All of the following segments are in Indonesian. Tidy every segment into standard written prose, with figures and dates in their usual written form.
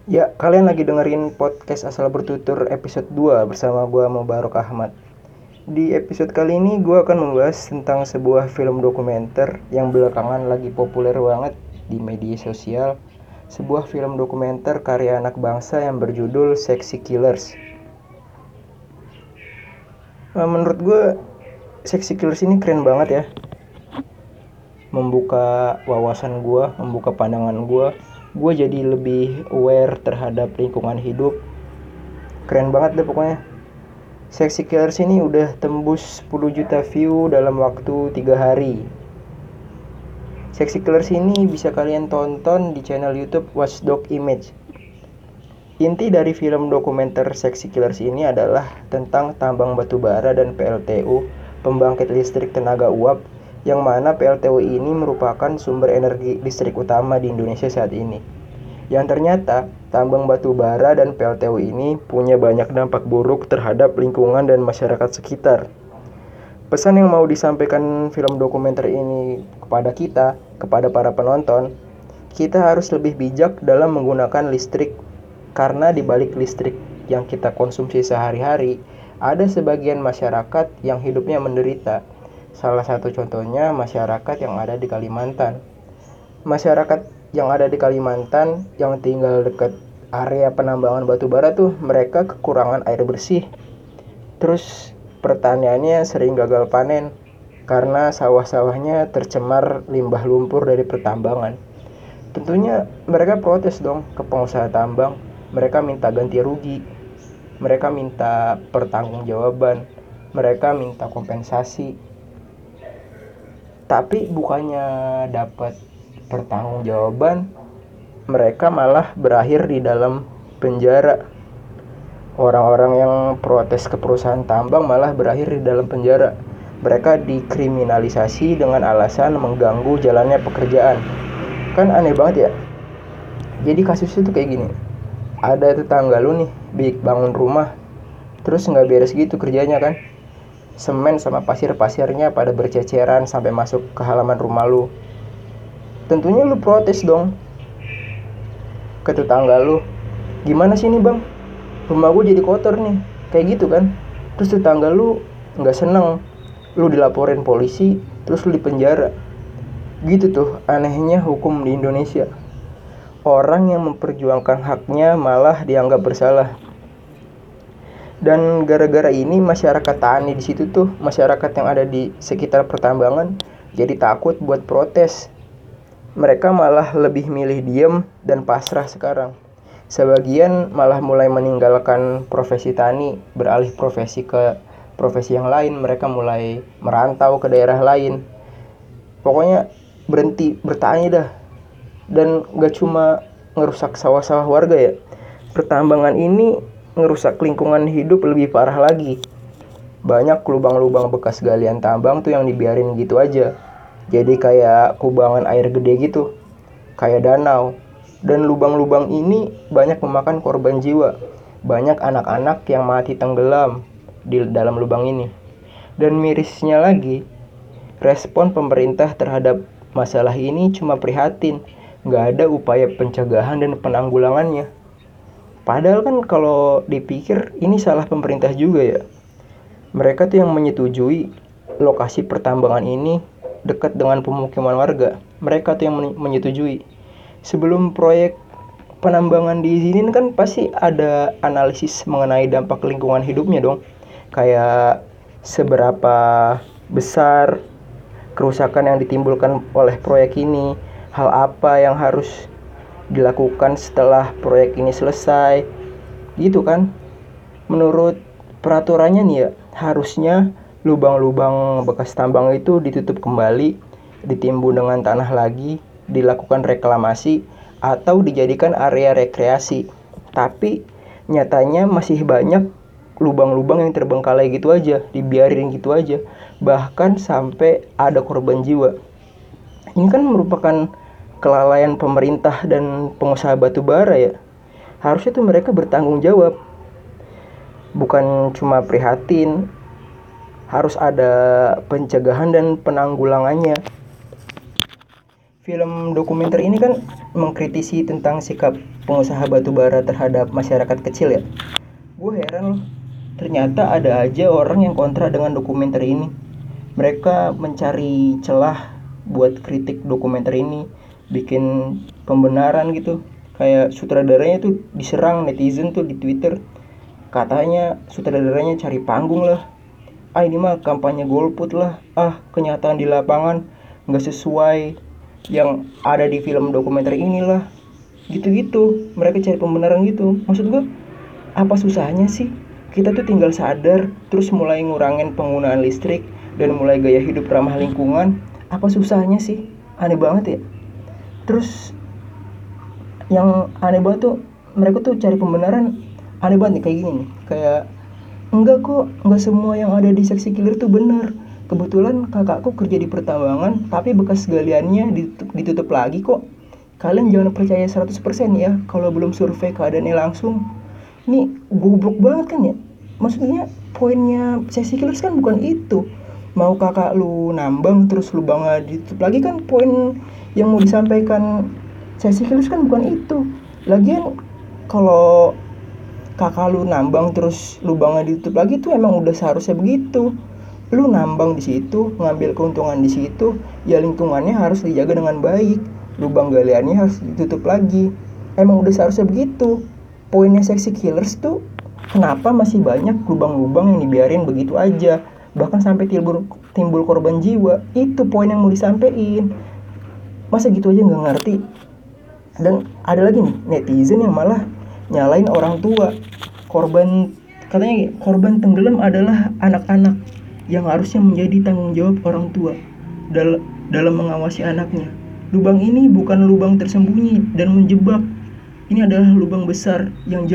Ya, kalian lagi dengerin podcast Asal Bertutur episode 2 bersama gue Mubarok Ahmad. Di episode kali ini gue akan membahas tentang sebuah film dokumenter yang belakangan lagi populer banget di media sosial. Sebuah film dokumenter karya anak bangsa yang berjudul Sexy Killers. Menurut gue, Sexy Killers ini keren banget ya. Membuka wawasan gue, membuka pandangan gue jadi lebih aware terhadap lingkungan hidup. Keren banget deh pokoknya. Sexy Killers ini udah tembus 10 juta view dalam waktu 3 hari. Sexy Killers ini bisa kalian tonton di channel YouTube Watchdog Image. Inti dari film dokumenter Sexy Killers ini adalah tentang tambang batu bara dan PLTU, pembangkit listrik tenaga uap, yang mana PLTU ini merupakan sumber energi listrik utama di Indonesia saat ini. Yang ternyata, tambang batu bara dan PLTU ini punya banyak dampak buruk terhadap lingkungan dan masyarakat sekitar. Pesan yang mau disampaikan film dokumenter ini kepada kita, kepada para penonton, kita harus lebih bijak dalam menggunakan listrik. Karena di balik listrik yang kita konsumsi sehari-hari, ada sebagian masyarakat yang hidupnya menderita. Salah satu contohnya masyarakat yang ada di Kalimantan. Masyarakat yang ada di Kalimantan yang tinggal dekat area penambangan batu bara tuh, mereka kekurangan air bersih. Terus pertaniannya sering gagal panen karena sawah-sawahnya tercemar limbah lumpur dari pertambangan. Tentunya mereka protes dong ke pengusaha tambang. Mereka minta ganti rugi, mereka minta pertanggungjawaban, mereka minta kompensasi. Tapi bukannya dapat pertanggungjawaban, mereka malah berakhir di dalam penjara. Orang-orang yang protes ke perusahaan tambang malah berakhir di dalam penjara. Mereka dikriminalisasi dengan alasan mengganggu jalannya pekerjaan. Kan aneh banget ya. Jadi kasusnya tuh kayak gini. Ada tetangga lu nih bangun rumah, terus nggak beres gitu kerjanya kan. Semen sama pasir-pasirnya pada berceceran sampai masuk ke halaman rumah lu. Tentunya lu protes dong ke tetangga lu. Gimana sih nih bang, rumah gue jadi kotor nih, kayak gitu kan. Terus tetangga lu nggak seneng, lu dilaporin polisi, terus lu dipenjara. Gitu tuh anehnya hukum di Indonesia. Orang yang memperjuangkan haknya malah dianggap bersalah. Dan gara-gara ini masyarakat tani di situ tuh, masyarakat yang ada di sekitar pertambangan jadi takut buat protes. Mereka malah lebih milih diem dan pasrah sekarang. Sebagian malah mulai meninggalkan profesi tani, beralih profesi ke profesi yang lain. Mereka mulai merantau ke daerah lain. Pokoknya berhenti bertani dah. Dan gak cuma ngerusak sawah-sawah warga ya, pertambangan ini ngerusak lingkungan hidup lebih parah lagi. Banyak lubang-lubang bekas galian tambang tuh yang dibiarin gitu aja. Jadi kayak kubangan air gede gitu, kayak danau. Dan lubang-lubang ini banyak memakan korban jiwa. Banyak anak-anak yang mati tenggelam di dalam lubang ini. Dan mirisnya lagi, respon pemerintah terhadap masalah ini cuma prihatin. Nggak ada upaya pencegahan dan penanggulangannya. Padahal kan kalau dipikir ini salah pemerintah juga ya. Mereka tuh yang menyetujui lokasi pertambangan ini dekat dengan pemukiman warga. Mereka tuh yang menyetujui. Sebelum proyek penambangan diizinin kan pasti ada analisis mengenai dampak lingkungan hidupnya dong. Kayak seberapa besar kerusakan yang ditimbulkan oleh proyek ini, hal apa yang harus dilakukan setelah proyek ini selesai, gitu kan. Menurut peraturannya nih ya, harusnya lubang-lubang bekas tambang itu ditutup kembali, ditimbun dengan tanah lagi, dilakukan reklamasi, atau dijadikan area rekreasi. Tapi nyatanya masih banyak lubang-lubang yang terbengkalai gitu aja, dibiarin gitu aja, bahkan sampai ada korban jiwa. Ini kan merupakan kelalaian pemerintah dan pengusaha batu bara ya. Harusnya tuh mereka bertanggung jawab, bukan cuma prihatin. Harus ada pencegahan dan penanggulangannya. Film dokumenter ini kan mengkritisi tentang sikap pengusaha batubara terhadap masyarakat kecil ya. Gue heran loh, ternyata ada aja orang yang kontra dengan dokumenter ini. Mereka mencari celah buat kritik dokumenter ini, bikin pembenaran gitu. Kayak sutradaranya tuh diserang netizen tuh di Twitter. Katanya sutradaranya cari panggung lah. Ah ini mah kampanye golput lah. Ah kenyataan di lapangan nggak sesuai yang ada di film dokumenter inilah. Gitu-gitu. Mereka cari pembenaran gitu. Maksud gue apa susahnya sih? Kita tuh tinggal sadar, terus mulai ngurangin penggunaan listrik, dan mulai gaya hidup ramah lingkungan. Apa susahnya sih? Aneh banget ya. Terus yang aneh banget tuh, mereka tuh cari pembenaran. Aneh banget nih kayak gini nih. Kayak, enggak kok, enggak semua yang ada di seksi killer tuh bener. Kebetulan kakakku kerja di pertambangan, tapi bekas galiannya ditutup lagi kok. Kalian jangan percaya 100% ya kalau belum survei keadaannya langsung. Ini goblok banget kan ya. Maksudnya poinnya sesi killers kan bukan itu. Mau kakak lu nambang terus lubangnya ditutup lagi kan poin yang mau disampaikan sesi killers kan bukan itu. Lagian kalau kakak lu nambang terus lubangnya ditutup lagi tuh emang udah seharusnya begitu. Lu nambang di situ, ngambil keuntungan di situ, ya lingkungannya harus dijaga dengan baik. Lubang galiannya harus ditutup lagi. Emang udah seharusnya begitu. Poinnya seksi killers tuh kenapa masih banyak lubang-lubang yang dibiarin begitu aja, bahkan sampai timbul korban jiwa. Itu poin yang mau disampaikan. Masa gitu aja nggak ngerti. Dan ada lagi nih netizen yang malah nyalain orang tua. Katanya korban tenggelam adalah anak-anak yang harusnya menjadi tanggung jawab orang tua dalam mengawasi anaknya. Lubang ini bukan lubang tersembunyi dan menjebak. Ini adalah lubang besar yang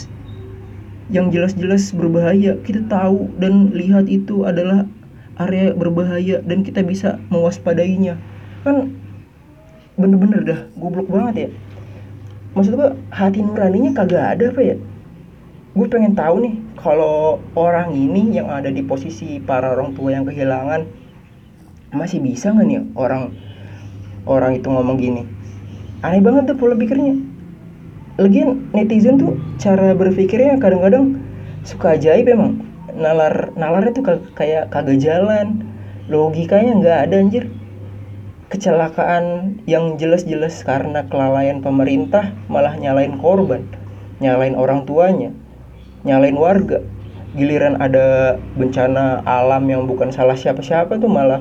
jelas-jelas berbahaya. Kita tahu dan lihat itu adalah area berbahaya dan kita bisa mewaspadainya. Kan bener-bener dah goblok banget ya. Maksud gue hati nuraninya kagak ada apa ya. Gue pengen tahu nih kalau orang ini yang ada di posisi para orang tua yang kehilangan, masih bisa nggak nih orang itu ngomong gini. Aneh banget tuh pola pikirnya. Lagian netizen tuh cara berpikirnya kadang-kadang suka ajaib emang. Nalarnya tuh kayak kagak jalan. Logikanya nggak ada anjir. Kecelakaan yang jelas-jelas karena kelalaian pemerintah malah nyalain korban, nyalain orang tuanya, nyalain warga. Giliran ada bencana alam yang bukan salah siapa-siapa tuh malah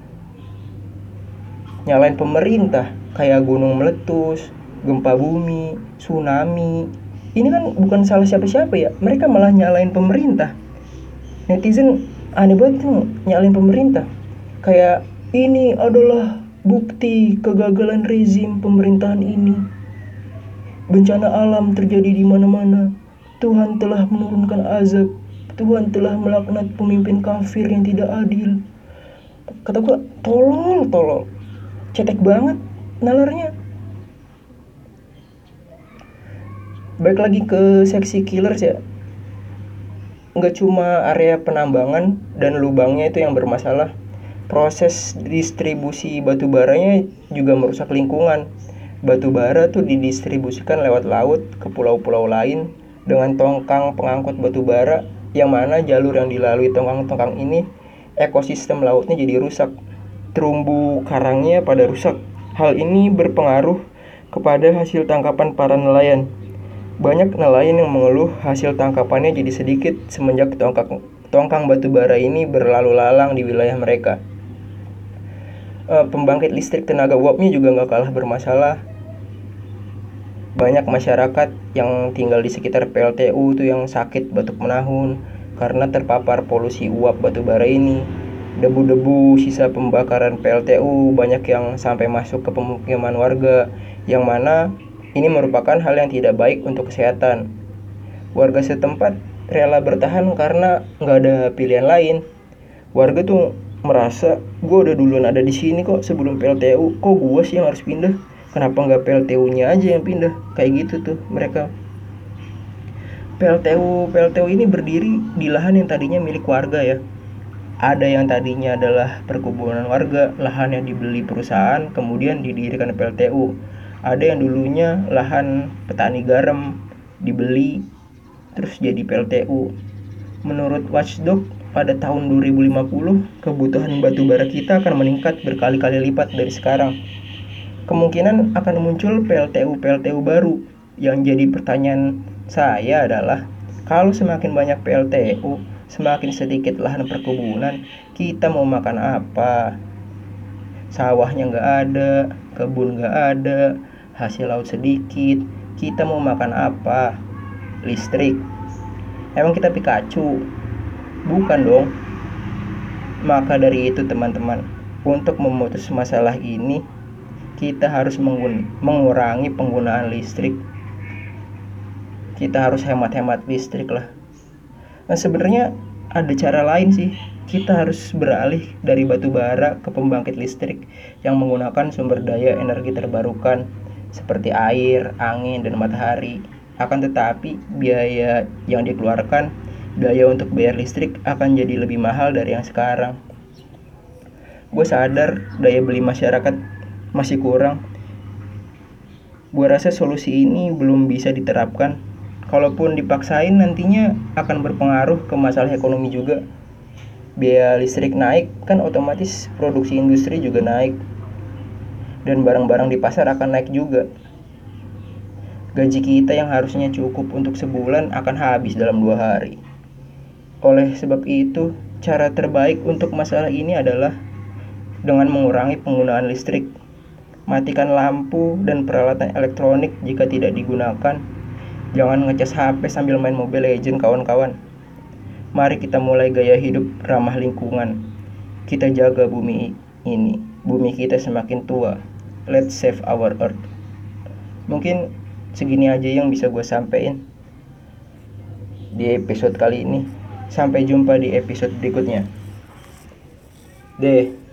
nyalain pemerintah, kayak gunung meletus, gempa bumi, tsunami. Ini kan bukan salah siapa-siapa ya, mereka malah nyalain pemerintah. Netizen aneh banget tuh nyalain pemerintah. Kayak ini adalah bukti kegagalan rezim pemerintahan ini. Bencana alam terjadi di mana-mana. Tuhan telah menurunkan azab. Tuhan telah melaknat pemimpin kafir yang tidak adil. Kata gua tolol. Cetek banget nalarnya. Baik lagi ke seksi killers ya. Nggak cuma area penambangan dan lubangnya itu yang bermasalah. Proses distribusi batu baranya juga merusak lingkungan. Batu bara tuh didistribusikan lewat laut ke pulau-pulau lain dengan tongkang pengangkut batu bara, yang mana jalur yang dilalui tongkang-tongkang ini ekosistem lautnya jadi rusak. Terumbu karangnya pada rusak. Hal ini berpengaruh kepada hasil tangkapan para nelayan. Banyak nelayan yang mengeluh hasil tangkapannya jadi sedikit semenjak tongkang batu bara ini berlalu lalang di wilayah mereka. Pembangkit listrik tenaga uapnya juga nggak kalah bermasalah. Banyak masyarakat yang tinggal di sekitar PLTU tuh yang sakit batuk menahun karena terpapar polusi uap batu bara ini. Debu-debu sisa pembakaran PLTU banyak yang sampai masuk ke pemukiman warga, yang mana ini merupakan hal yang tidak baik untuk kesehatan. Warga setempat rela bertahan karena nggak ada pilihan lain. Warga tuh merasa gue udah duluan ada di sini kok sebelum PLTU, kok gue sih yang harus pindah, kenapa nggak PLTU-nya aja yang pindah, kayak gitu tuh mereka. PLTU ini berdiri di lahan yang tadinya milik warga ya. Ada yang tadinya adalah perkebunan warga, lahan yang dibeli perusahaan, kemudian didirikan PLTU. Ada yang dulunya lahan petani garam, dibeli, terus jadi PLTU. Menurut Watchdog, pada tahun 2050, kebutuhan batu bara kita akan meningkat berkali-kali lipat dari sekarang. Kemungkinan akan muncul PLTU-PLTU baru. Yang jadi pertanyaan saya adalah, kalau semakin banyak PLTU, semakin sedikit lahan perkebunan, kita mau makan apa? Sawahnya nggak ada, kebun nggak ada, hasil laut sedikit, kita mau makan apa? Listrik. Emang kita Pikachu? Bukan dong. Maka dari itu teman-teman, untuk memutus masalah ini, kita harus mengurangi penggunaan listrik. Kita harus hemat-hemat listrik lah. Nah, sebenarnya ada cara lain sih. Kita harus beralih dari batu bara ke pembangkit listrik yang menggunakan sumber daya energi terbarukan seperti air, angin, dan matahari. Akan tetapi biaya yang dikeluarkan, biaya untuk bayar listrik akan jadi lebih mahal dari yang sekarang. Gue sadar daya beli masyarakat masih kurang. Gue rasa solusi ini belum bisa diterapkan. Kalaupun dipaksain nantinya akan berpengaruh ke masalah ekonomi juga. Biaya listrik naik kan otomatis produksi industri juga naik. Dan barang-barang di pasar akan naik juga. Gaji kita yang harusnya cukup untuk sebulan akan habis dalam 2 hari. Oleh sebab itu, cara terbaik untuk masalah ini adalah dengan mengurangi penggunaan listrik. Matikan lampu dan peralatan elektronik jika tidak digunakan. Jangan ngecas HP sambil main Mobile Legends kawan-kawan. Mari kita mulai gaya hidup ramah lingkungan. Kita jaga bumi ini. Bumi kita semakin tua. Let's save our earth. Mungkin segini aja yang bisa gue sampein di episode kali ini. Sampai jumpa di episode berikutnya. Deh.